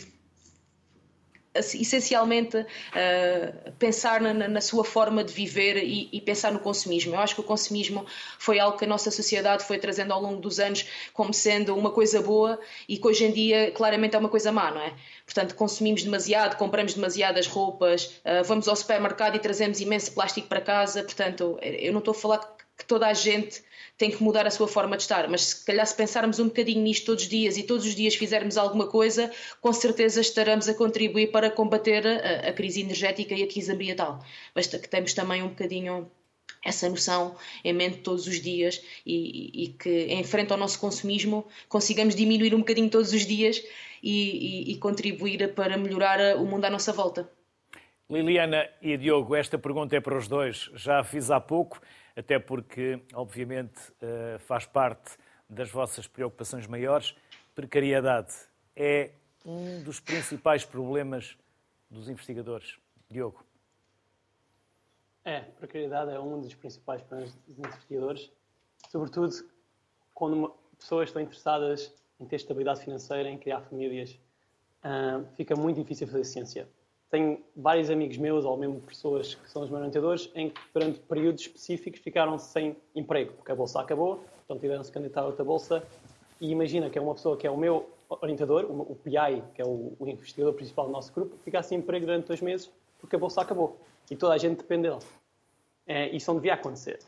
E: essencialmente pensar na sua forma de viver e pensar no consumismo. Eu acho que o consumismo foi algo que a nossa sociedade foi trazendo ao longo dos anos como sendo uma coisa boa e que hoje em dia claramente é uma coisa má, não é? Portanto, consumimos demasiado, compramos demasiadas roupas, vamos ao supermercado e trazemos imenso plástico para casa. Portanto, eu não estou a falar que toda a gente tem que mudar a sua forma de estar, mas se calhar se pensarmos um bocadinho nisto todos os dias e todos os dias fizermos alguma coisa, com certeza estaremos a contribuir para combater a crise energética e a crise ambiental. Basta que tenhamos também um bocadinho essa noção em mente todos os dias e que em frente ao nosso consumismo consigamos diminuir um bocadinho todos os dias e contribuir para melhorar o mundo à nossa volta.
A: Liliana e Diogo, esta pergunta é para os dois. Já a fiz há pouco, até porque, obviamente, faz parte das vossas preocupações maiores. Precariedade é um dos principais problemas dos investigadores. Diogo.
F: Precariedade é um dos principais problemas dos investigadores, sobretudo quando pessoas estão interessadas em ter estabilidade financeira, em criar famílias. Fica muito difícil fazer ciência. Tenho vários amigos meus, ou mesmo pessoas que são os meus orientadores, em que durante períodos específicos ficaram sem emprego, porque a bolsa acabou, então tiveram-se candidatar a outra bolsa. E imagina que é uma pessoa que é o meu orientador, o PI, que é o investigador principal do nosso grupo, ficar sem emprego durante 2 meses porque a bolsa acabou. E toda a gente depende dele. Isso não devia acontecer.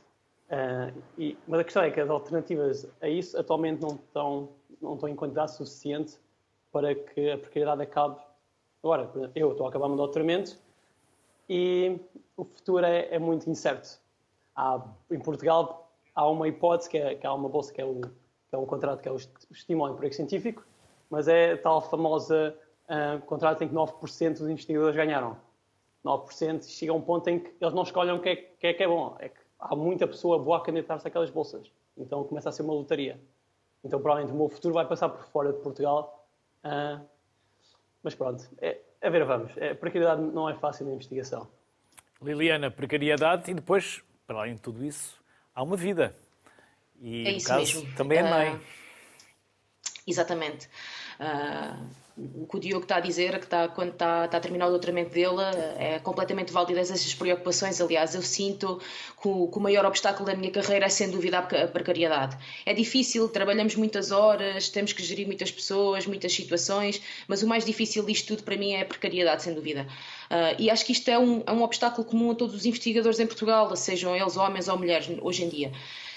F: Mas a questão é que as alternativas a isso atualmente não estão em quantidade suficiente para que a precariedade acabe. Agora, eu estou a acabar o meu doutoramento e o futuro é muito incerto. Em Portugal há uma hipótese, que há uma bolsa, que é um contrato que é o Estímulo ao Emprego Científico, mas é a tal famosa contrato em que 9% dos investigadores ganharam. 9% chega a um ponto em que eles não escolhem o que é bom. É que há muita pessoa boa a candidatar-se àquelas bolsas. Então começa a ser uma lotaria. Então provavelmente o meu futuro vai passar por fora de Portugal. Mas pronto, a ver, vamos. A precariedade não é fácil na investigação.
A: Liliana, precariedade e depois, para além de tudo isso, há uma vida. E,
E: é isso
A: no caso,
E: mesmo.
A: Também é mãe.
E: Exatamente. O que o Diogo está a dizer, que quando está a terminar o doutoramento dele, é completamente válido essas preocupações. Aliás, eu sinto que o maior obstáculo da minha carreira é, sem dúvida, a precariedade. É difícil, trabalhamos muitas horas, temos que gerir muitas pessoas, muitas situações, mas o mais difícil disto tudo para mim é a precariedade, sem dúvida. E acho que isto é um obstáculo comum a todos os investigadores em Portugal, sejam eles homens ou mulheres, hoje em dia.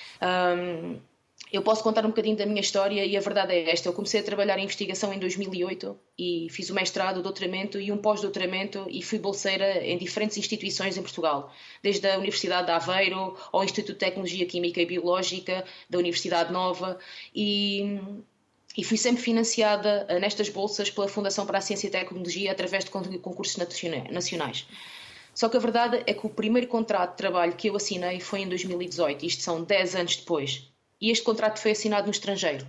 E: Eu posso contar um bocadinho da minha história e a verdade é esta. Eu comecei a trabalhar em investigação em 2008 e fiz o mestrado, o doutoramento e um pós-doutoramento e fui bolseira em diferentes instituições em Portugal, desde a Universidade de Aveiro ao Instituto de Tecnologia Química e Biológica da Universidade Nova e fui sempre financiada nestas bolsas pela Fundação para a Ciência e Tecnologia através de concursos nacionais. Só que a verdade é que o primeiro contrato de trabalho que eu assinei foi em 2018, isto são 10 anos depois. E este contrato foi assinado no estrangeiro.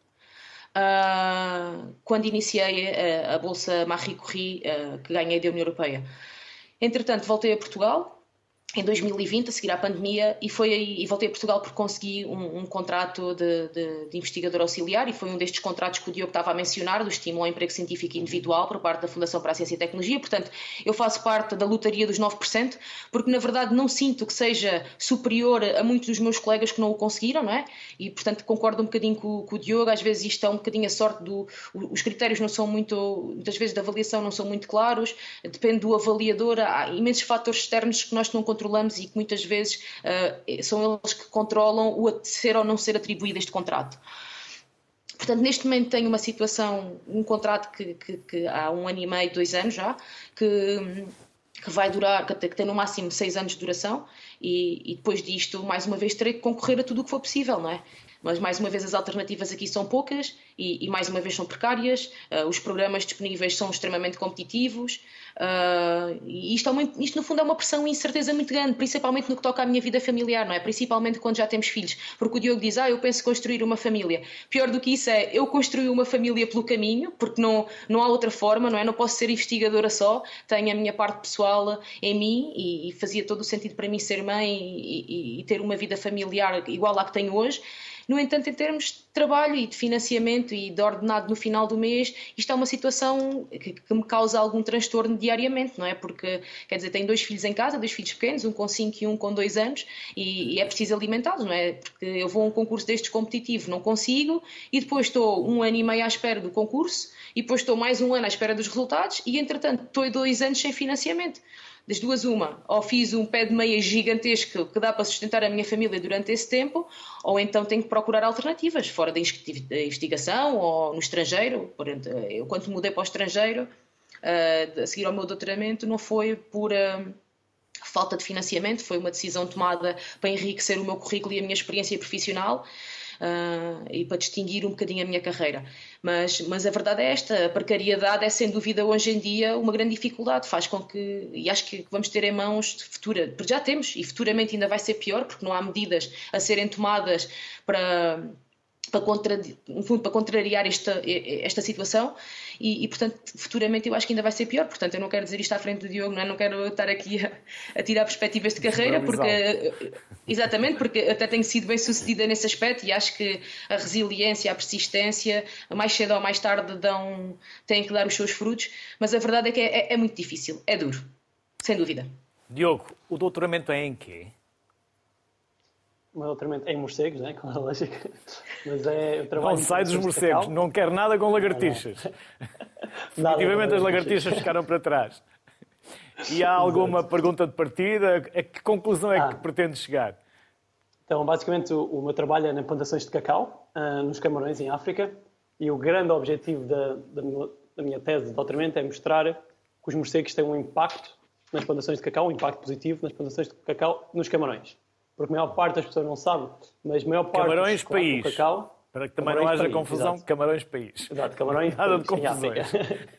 E: Quando iniciei a Bolsa Marie Curie, que ganhei da União Europeia. Entretanto, voltei a Portugal em 2020, a seguir à pandemia, e voltei a Portugal porque consegui um contrato de investigador auxiliar, e foi um destes contratos que o Diogo estava a mencionar, do Estímulo ao Emprego Científico Individual, por parte da Fundação para a Ciência e Tecnologia. Portanto, eu faço parte da lotaria dos 9%, porque na verdade não sinto que seja superior a muitos dos meus colegas que não o conseguiram, não é? E portanto concordo um bocadinho com o Diogo, às vezes isto é um bocadinho a sorte os critérios não são muitas vezes da avaliação não são muito claros, depende do avaliador, há imensos fatores externos que nós não controlamos e que muitas vezes são eles que controlam o ser ou não ser atribuído este contrato. Portanto, neste momento tenho uma situação, um contrato que há 1 ano e meio, 2 anos já, que vai durar, que tem no máximo 6 anos de duração e depois disto, mais uma vez, terei que concorrer a tudo o que for possível, não é? Mas, mais uma vez, as alternativas aqui são poucas e mais uma vez, são precárias. Os programas disponíveis são extremamente competitivos e isto, no fundo, é uma pressão e incerteza muito grande, principalmente no que toca à minha vida familiar, não é? Principalmente quando já temos filhos. Porque o Diogo diz, eu penso construir uma família. Pior do que isso é, eu construí uma família pelo caminho, porque não há outra forma, não é? Não posso ser investigadora só, tenho a minha parte pessoal em mim e fazia todo o sentido para mim ser mãe e ter uma vida familiar igual à que tenho hoje. No entanto, em termos de trabalho e de financiamento e de ordenado no final do mês, isto é uma situação que me causa algum transtorno diariamente, não é? Porque, quer dizer, tenho 2 filhos em casa, 2 filhos pequenos, um com 5 e um com 2 anos, e é preciso alimentá-los, não é? Porque eu vou a um concurso destes competitivo, não consigo, e depois estou 1 ano e meio à espera do concurso, e depois estou mais 1 ano à espera dos resultados, e entretanto estou 2 anos sem financiamento. Das duas, uma, ou fiz um pé de meia gigantesco que dá para sustentar a minha família durante esse tempo, ou então tenho que procurar alternativas, fora da investigação ou no estrangeiro. Eu, quando mudei para o estrangeiro, a seguir ao meu doutoramento, não foi por falta de financiamento, foi uma decisão tomada para enriquecer o meu currículo e a minha experiência profissional. E para distinguir um bocadinho a minha carreira. Mas a verdade é esta, a precariedade é sem dúvida hoje em dia uma grande dificuldade, faz com que, e acho que vamos ter em mãos futura, porque já temos e futuramente ainda vai ser pior, porque não há medidas a serem tomadas para contrariar esta situação e, portanto, futuramente eu acho que ainda vai ser pior. Portanto, eu não quero dizer isto à frente do Diogo, não quero estar aqui a tirar perspectivas de carreira, exatamente, porque até tenho sido bem sucedida nesse aspecto e acho que a resiliência, a persistência, mais cedo ou mais tarde têm que dar os seus frutos, mas a verdade é que é muito difícil, é duro, sem dúvida.
A: Diogo, o doutoramento é em quê?
F: O meu doutoramento é em morcegos, né? Com a lógica. Mas eu trabalho.
A: Não sai dos morcegos, não quer nada com lagartixas. Definitivamente as lagartixas ficaram para trás. E há alguma pergunta de partida? A que conclusão é que pretende chegar?
F: Então, basicamente, o meu trabalho é em plantações de cacau, nos Camarões, em África. E o grande objetivo da minha tese de doutoramento é mostrar que os morcegos têm um impacto nas plantações de cacau, um impacto positivo nas plantações de cacau nos Camarões. Porque a maior parte das pessoas não sabe, mas a maior parte
A: Camarões país.
F: Do cacau...
A: Para que também não haja
F: país,
A: confusão,
F: exato.
A: Camarões país.
F: Exato, Camarões
A: Nada de
F: país,
A: confusões.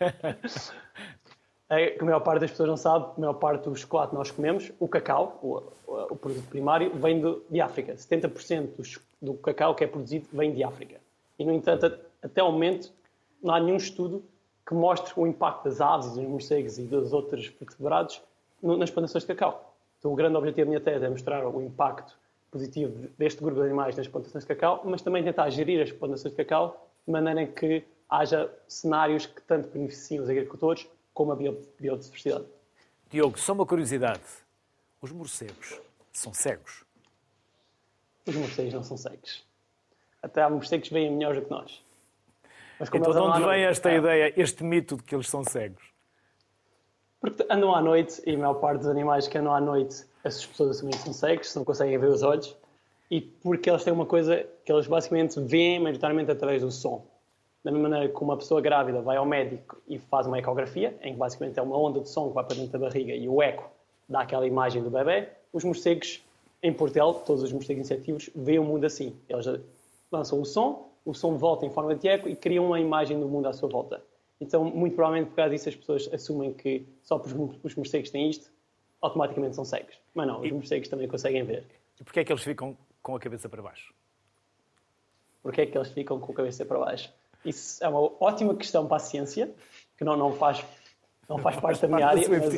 F: Que a maior parte das pessoas não sabe, a maior parte do chocolate que nós comemos, o cacau, o produto primário, vem de África. 70% do cacau que é produzido vem de África. E, no entanto, até ao momento, não há nenhum estudo que mostre o impacto das aves, dos morcegos e dos outros vertebrados nas plantações de cacau. Então, o grande objetivo da minha tese é mostrar o impacto positivo deste grupo de animais nas plantações de cacau, mas também tentar gerir as plantações de cacau de maneira que haja cenários que tanto beneficiem os agricultores como a biodiversidade.
A: Diogo, só uma curiosidade. Os morcegos são cegos?
F: Os morcegos não são cegos. Até há morcegos que veem melhores do que nós. Mas
A: Então de onde vem esta ideia, este mito de que eles são cegos?
F: Porque andam à noite e a maior parte dos animais que andam à noite, essas pessoas assumem que são cegos, se não conseguem ver os olhos, e porque eles têm uma coisa que eles basicamente veem maioritariamente através do som. Da mesma maneira que uma pessoa grávida vai ao médico e faz uma ecografia, em que basicamente é uma onda de som que vai para dentro da barriga e o eco dá aquela imagem do bebê, os morcegos, em Portugal, todos os morcegos insetivos, veem o mundo assim. Eles lançam o som volta em forma de eco e criam uma imagem do mundo à sua volta. Então, muito provavelmente, por causa disso, as pessoas assumem que só porque os morcegos têm isto, automaticamente são cegos. Mas não, os morcegos também conseguem ver.
A: E porquê é que eles ficam com a cabeça para baixo?
F: Porquê é que eles ficam com a cabeça para baixo? Isso é uma ótima questão para a ciência, que não faz parte da minha área, mas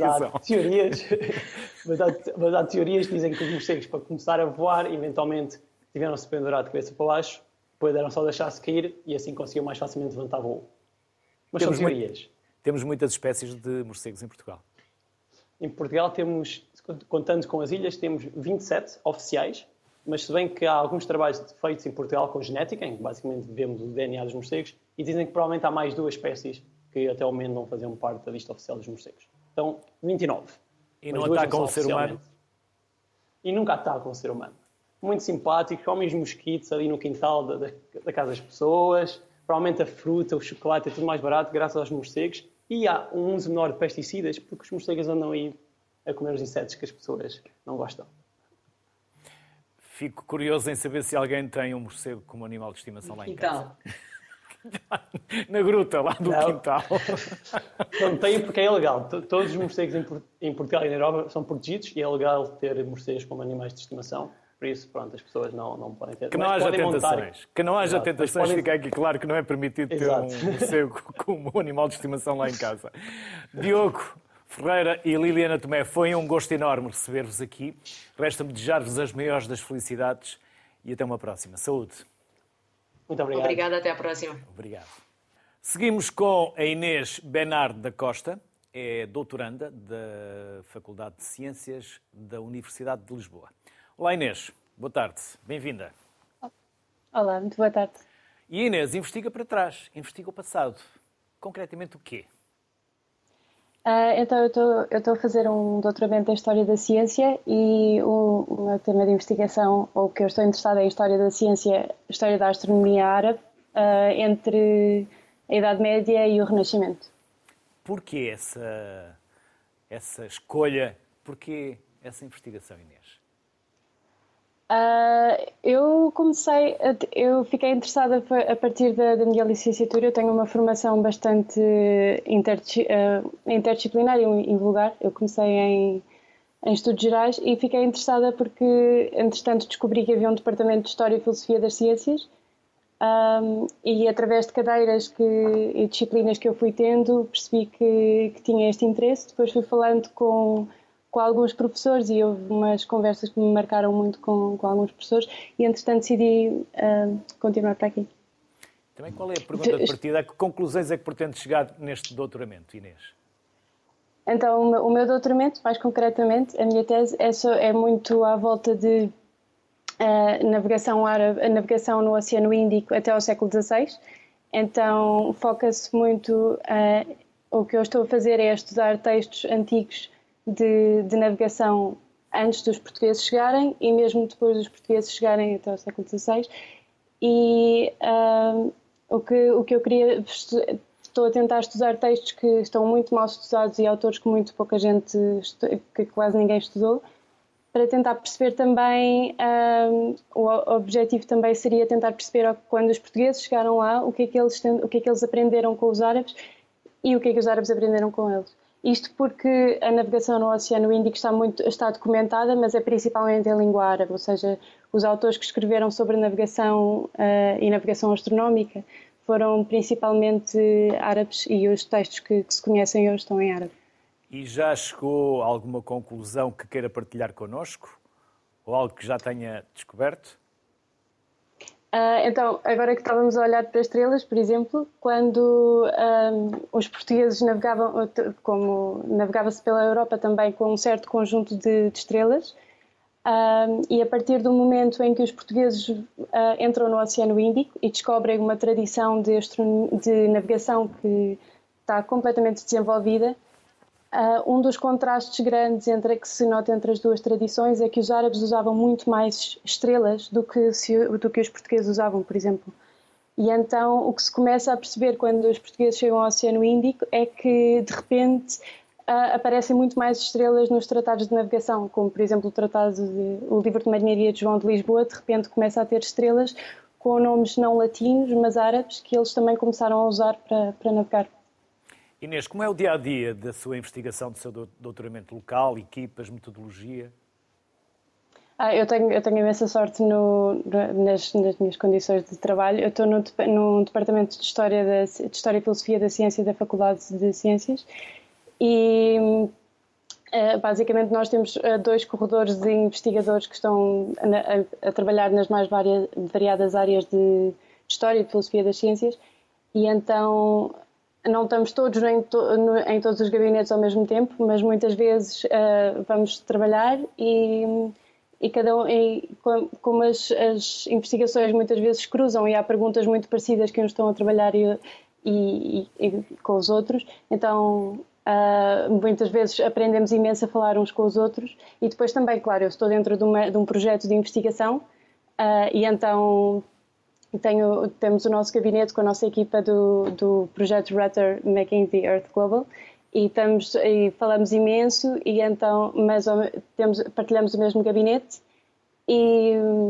F: há teorias que dizem que os morcegos, para começar a voar, eventualmente tiveram-se pendurado de cabeça para baixo, depois deram só deixar-se cair e assim conseguiam mais facilmente levantar voo. Mas são teorias.
A: Temos muitas espécies de morcegos em Portugal.
F: Em Portugal temos, contando com as ilhas, temos 27 oficiais, mas se bem que há alguns trabalhos feitos em Portugal com genética, em que basicamente vemos o DNA dos morcegos, e dizem que provavelmente há mais 2 espécies que até ao momento não faziam parte da lista oficial dos morcegos. Então, 29.
A: E não atacam o ser humano?
F: E nunca atacam o ser humano. Muito simpáticos, comem os mosquitos ali no quintal da casa das pessoas, provavelmente a fruta, o chocolate é tudo mais barato graças aos morcegos, e há um uso menor de pesticidas, porque os morcegos andam aí a comer os insetos que as pessoas não gostam.
A: Fico curioso em saber se alguém tem um morcego como animal de estimação lá em casa. Na gruta, lá do quintal.
F: Não tem porque é ilegal. Todos os morcegos em Portugal e na Europa são protegidos e é legal ter morcegos como animais de estimação. Por isso, pronto, as pessoas não podem ter.
A: Que não haja tentações.
F: Montar...
A: Que não haja
F: Exato.
A: tentações. Fica aqui claro que não é permitido ter um morcego como animal de estimação lá em casa. Diogo Ferreira e Liliana Tomé, foi um gosto enorme receber-vos aqui. Resta-me desejar-vos as maiores das felicidades e até uma próxima. Saúde.
F: Muito obrigado.
E: Obrigada, até à próxima.
A: Obrigado. Seguimos com a Inês Benard da Costa, é doutoranda da Faculdade de Ciências da Universidade de Lisboa. Olá Inês, boa tarde, bem-vinda.
G: Olá, muito boa tarde.
A: E a Inês investiga para trás, investiga o passado. Concretamente o quê?
G: Então, eu estou a fazer um doutoramento em História da Ciência e o meu tema de investigação, ou que eu estou interessada em História da Ciência, História da Astronomia Árabe, entre a Idade Média e o Renascimento.
A: Porquê essa escolha? Porquê essa investigação, Inês?
G: Eu fiquei interessada a partir da minha licenciatura. Eu tenho uma formação bastante interdisciplinar e invulgar. Eu comecei em Estudos Gerais e fiquei interessada porque, entretanto, descobri que havia um departamento de História e Filosofia das Ciências e, através de cadeiras e disciplinas que eu fui tendo, percebi que tinha este interesse. Depois fui falando com alguns professores e houve umas conversas que me marcaram muito com alguns professores e, entretanto, decidi continuar para aqui.
A: Também qual é a pergunta de partida? A que conclusões é que pretende chegar neste doutoramento, Inês?
G: Então, o meu doutoramento, mais concretamente, a minha tese é muito à volta de navegação árabe, a navegação no Oceano Índico até ao século XVI. Então, foca-se muito... o que eu estou a fazer é estudar textos antigos de navegação antes dos portugueses chegarem e mesmo depois dos portugueses chegarem até ao século XVI e O que eu queria... Estou a tentar estudar textos que estão muito mal estudados e autores que muito pouca gente, que quase ninguém estudou, para tentar perceber também, o objetivo também seria tentar perceber quando os portugueses chegaram lá, o que é que eles aprenderam com os árabes e o que é que os árabes aprenderam com eles. Isto porque a navegação no Oceano Índico está documentada, mas é principalmente em língua árabe, ou seja, os autores que escreveram sobre navegação e navegação astronómica foram principalmente árabes e os textos que se conhecem hoje estão em árabe.
A: E já chegou a alguma conclusão que queira partilhar connosco? Ou algo que já tenha descoberto?
G: Então, agora que estávamos a olhar para as estrelas, por exemplo, quando os portugueses navegavam, como navegava-se pela Europa também com um certo conjunto de estrelas, e a partir do momento em que os portugueses entram no Oceano Índico e descobrem uma tradição de navegação que está completamente desenvolvida, um dos contrastes grandes que se nota entre as duas tradições é que os árabes usavam muito mais estrelas do que os portugueses usavam, por exemplo. E então o que se começa a perceber quando os portugueses chegam ao Oceano Índico é que, de repente, aparecem muito mais estrelas nos tratados de navegação, como, por exemplo, o livro de Marinharia de João de Lisboa, de repente começa a ter estrelas com nomes não latinos, mas árabes, que eles também começaram a usar para navegar.
A: Inês, como é o dia-a-dia da sua investigação, do seu doutoramento local, equipas, metodologia?
G: Eu tenho imensa sorte nas minhas condições de trabalho. Eu estou no Departamento de História e Filosofia da Ciência da Faculdade de Ciências e basicamente nós temos 2 corredores de investigadores que estão a trabalhar nas mais variadas áreas de História e de Filosofia das Ciências e então não estamos todos em todos os gabinetes ao mesmo tempo, mas muitas vezes vamos trabalhar e como as investigações muitas vezes cruzam e há perguntas muito parecidas que uns estão a trabalhar e com os outros, então muitas vezes aprendemos imenso a falar uns com os outros e depois também, claro, eu estou dentro de um projeto de investigação e então temos o nosso gabinete com a nossa equipa do projeto Rudder Making the Earth Global e falamos imenso e então partilhamos o mesmo gabinete e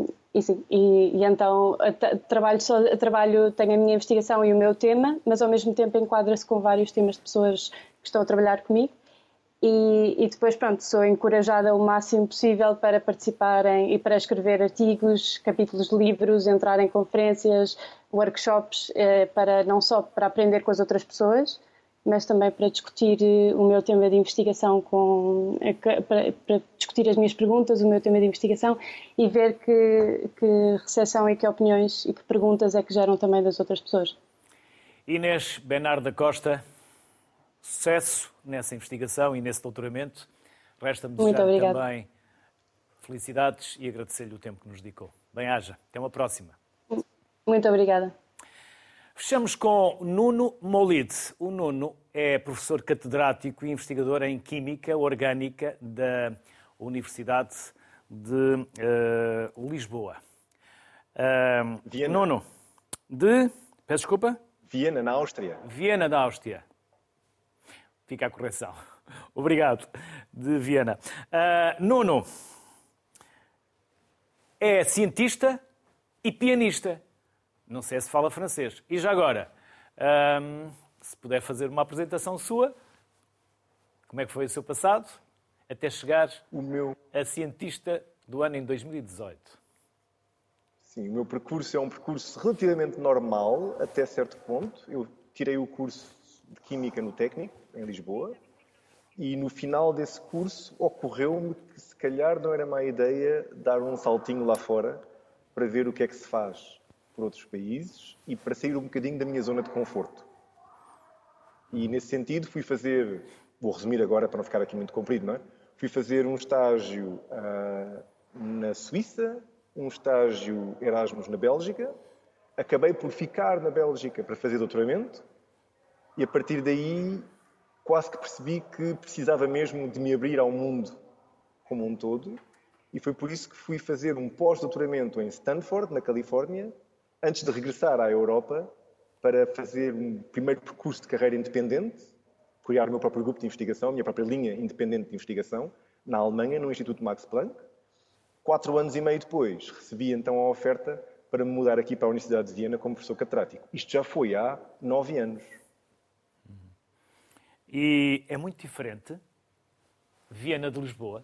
G: então tenho a minha investigação e o meu tema, mas ao mesmo tempo enquadra-se com vários temas de pessoas que estão a trabalhar comigo e depois sou encorajada o máximo possível para participarem e para escrever artigos, capítulos de livros, entrar em conferências, workshops, não só para aprender com as outras pessoas, mas também para discutir o meu tema de investigação, para discutir as minhas perguntas, o meu tema de investigação e ver que recepção e que opiniões e que perguntas é que geram também das outras pessoas.
A: Inês Bernardo da Costa, sucesso nessa investigação e nesse doutoramento. Resta-me desejar também felicidades e agradecer-lhe o tempo que nos dedicou. Bem-aja. Até uma próxima.
G: Muito obrigada.
A: Fechamos com Nuno Moulid. O Nuno é professor catedrático e investigador em Química Orgânica da Universidade de Lisboa. Nuno, peço desculpa?
H: Viena, na Áustria.
A: Viena, da Áustria. Fica a correção. Obrigado, de Viena. Nuno é cientista e pianista. Não sei se fala francês. E já agora, se puder fazer uma apresentação sua, como é que foi o seu passado, até chegar a cientista do ano em 2018?
H: Sim, o meu percurso é um percurso relativamente normal, até certo ponto. Eu tirei o curso de Química no Técnico, em Lisboa, e no final desse curso ocorreu-me que se calhar não era má ideia dar um saltinho lá fora para ver o que é que se faz por outros países e para sair um bocadinho da minha zona de conforto. E nesse sentido vou resumir agora para não ficar aqui muito comprido, não é? Fui fazer um estágio na Suíça, um estágio Erasmus na Bélgica, acabei por ficar na Bélgica para fazer doutoramento e a partir daí quase que percebi que precisava mesmo de me abrir ao mundo como um todo e foi por isso que fui fazer um pós-doutoramento em Stanford, na Califórnia, antes de regressar à Europa para fazer um primeiro percurso de carreira independente, criar o meu próprio grupo de investigação, a minha própria linha independente de investigação, na Alemanha, no Instituto Max Planck. 4 anos e meio depois, recebi então a oferta para me mudar aqui para a Universidade de Viena como professor catedrático. Isto já foi há 9 anos.
A: E é muito diferente Viena de Lisboa?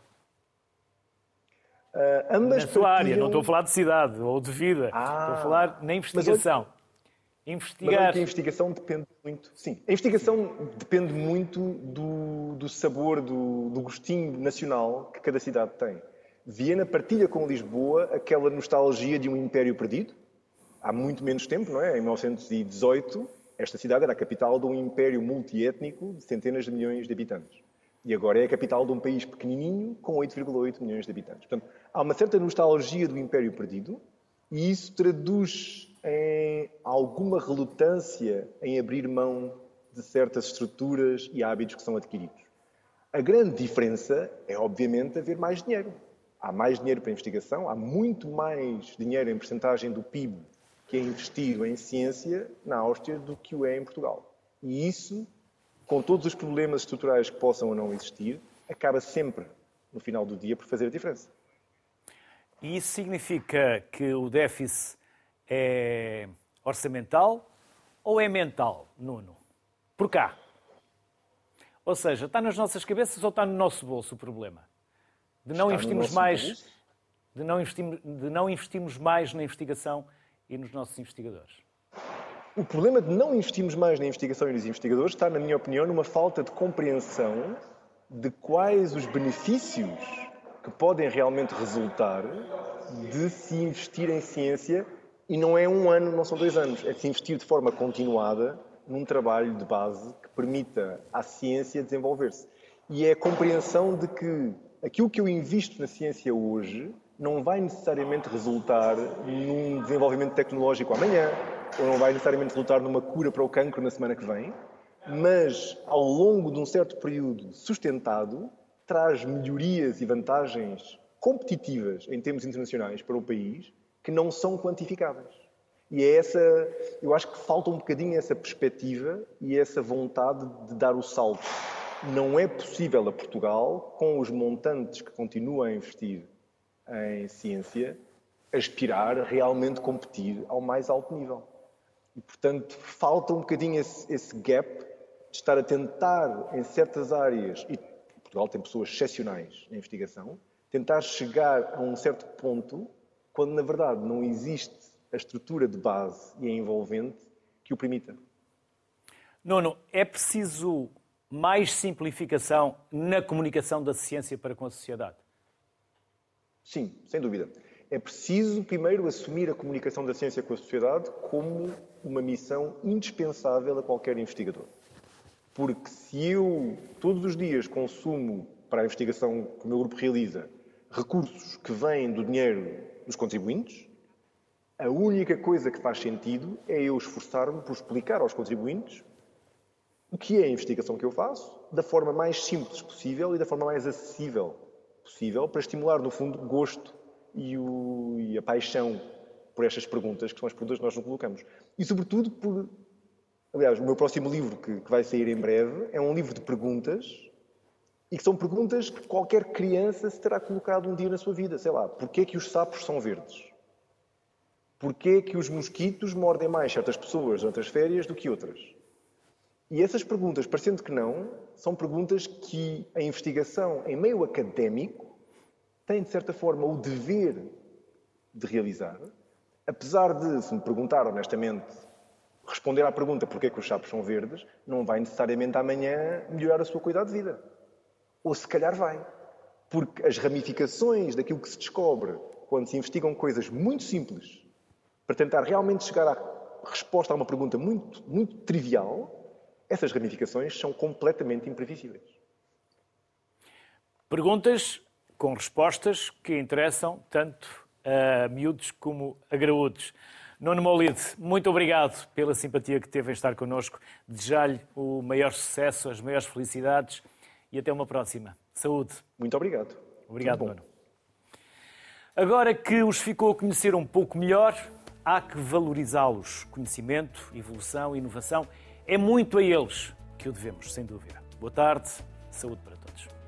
H: Ambas
A: na sua área,
H: partilham...
A: não estou a falar de cidade ou de vida, estou a falar na investigação.
H: Mas a investigação depende muito... Sim, a investigação depende muito do sabor, do gostinho nacional que cada cidade tem. Viena partilha com Lisboa aquela nostalgia de um império perdido. Há muito menos tempo, não é? Em 1918, esta cidade era a capital de um império multiétnico de centenas de milhões de habitantes. E agora é a capital de um país pequenininho com 8,8 milhões de habitantes. Portanto, há uma certa nostalgia do império perdido e isso traduz em alguma relutância em abrir mão de certas estruturas e hábitos que são adquiridos. A grande diferença é, obviamente, haver mais dinheiro. Há mais dinheiro para a investigação, há muito mais dinheiro em percentagem do PIB que é investido em ciência na Áustria do que o é em Portugal. E isso, com todos os problemas estruturais que possam ou não existir, acaba sempre, no final do dia, por fazer a diferença.
A: E isso significa que o déficit é orçamental ou é mental, Nuno? Por cá. Ou seja, está nas nossas cabeças ou está no nosso bolso o problema? De não investirmos mais, de não investirmos mais na investigação e nos nossos investigadores.
H: O problema de não investirmos mais na investigação e nos investigadores está, na minha opinião, numa falta de compreensão de quais os benefícios que podem realmente resultar de se investir em ciência, e não é 1 ano, não são 2 anos, é de se investir de forma continuada num trabalho de base que permita à ciência desenvolver-se. E é a compreensão de que aquilo que eu invisto na ciência hoje não vai necessariamente resultar num desenvolvimento tecnológico amanhã, ou não vai necessariamente resultar numa cura para o cancro na semana que vem, mas ao longo de um certo período sustentado, traz melhorias e vantagens competitivas em termos internacionais para o país que não são quantificáveis. E é essa, eu acho que falta um bocadinho essa perspectiva e essa vontade de dar o salto. Não é possível a Portugal, com os montantes que continua a investir em ciência, aspirar a realmente competir ao mais alto nível. E, portanto, falta um bocadinho esse gap de estar a tentar, em certas áreas, e Portugal tem pessoas excepcionais na investigação, tentar chegar a um certo ponto, quando, na verdade, não existe a estrutura de base e a envolvente que o permita.
A: Nuno, é preciso mais simplificação na comunicação da ciência para com a sociedade?
H: Sim, sem dúvida. É preciso, primeiro, assumir a comunicação da ciência com a sociedade como uma missão indispensável a qualquer investigador. Porque se eu, todos os dias, consumo para a investigação que o meu grupo realiza recursos que vêm do dinheiro dos contribuintes, a única coisa que faz sentido é eu esforçar-me por explicar aos contribuintes o que é a investigação que eu faço, da forma mais simples possível e da forma mais acessível possível, para estimular, no fundo, o gosto e a paixão por estas perguntas, que são as perguntas que nós nos colocamos. E, sobretudo, por... Aliás, o meu próximo livro, que vai sair em breve, é um livro de perguntas, e que são perguntas que qualquer criança se terá colocado um dia na sua vida. Sei lá, porquê que os sapos são verdes? Porquê que os mosquitos mordem mais certas pessoas durante as férias do que outras? E essas perguntas, parecendo que não, são perguntas que a investigação em meio académico tem, de certa forma, o dever de realizar, apesar de, se me perguntar honestamente, responder à pergunta porquê que os sapos são verdes, não vai necessariamente amanhã melhorar a sua qualidade de vida. Ou se calhar vai. Porque as ramificações daquilo que se descobre quando se investigam coisas muito simples para tentar realmente chegar à resposta a uma pergunta muito, muito trivial, essas ramificações são completamente imprevisíveis.
A: Perguntas com respostas que interessam tanto a miúdos como a graúdos. Nuno Moulide, muito obrigado pela simpatia que teve em estar connosco. Desejar-lhe o maior sucesso, as maiores felicidades e até uma próxima. Saúde.
H: Muito obrigado.
A: Obrigado, Nuno. Agora que os ficou a conhecer um pouco melhor, há que valorizá-los. Conhecimento, evolução, inovação, é muito a eles que o devemos, sem dúvida. Boa tarde, saúde para todos.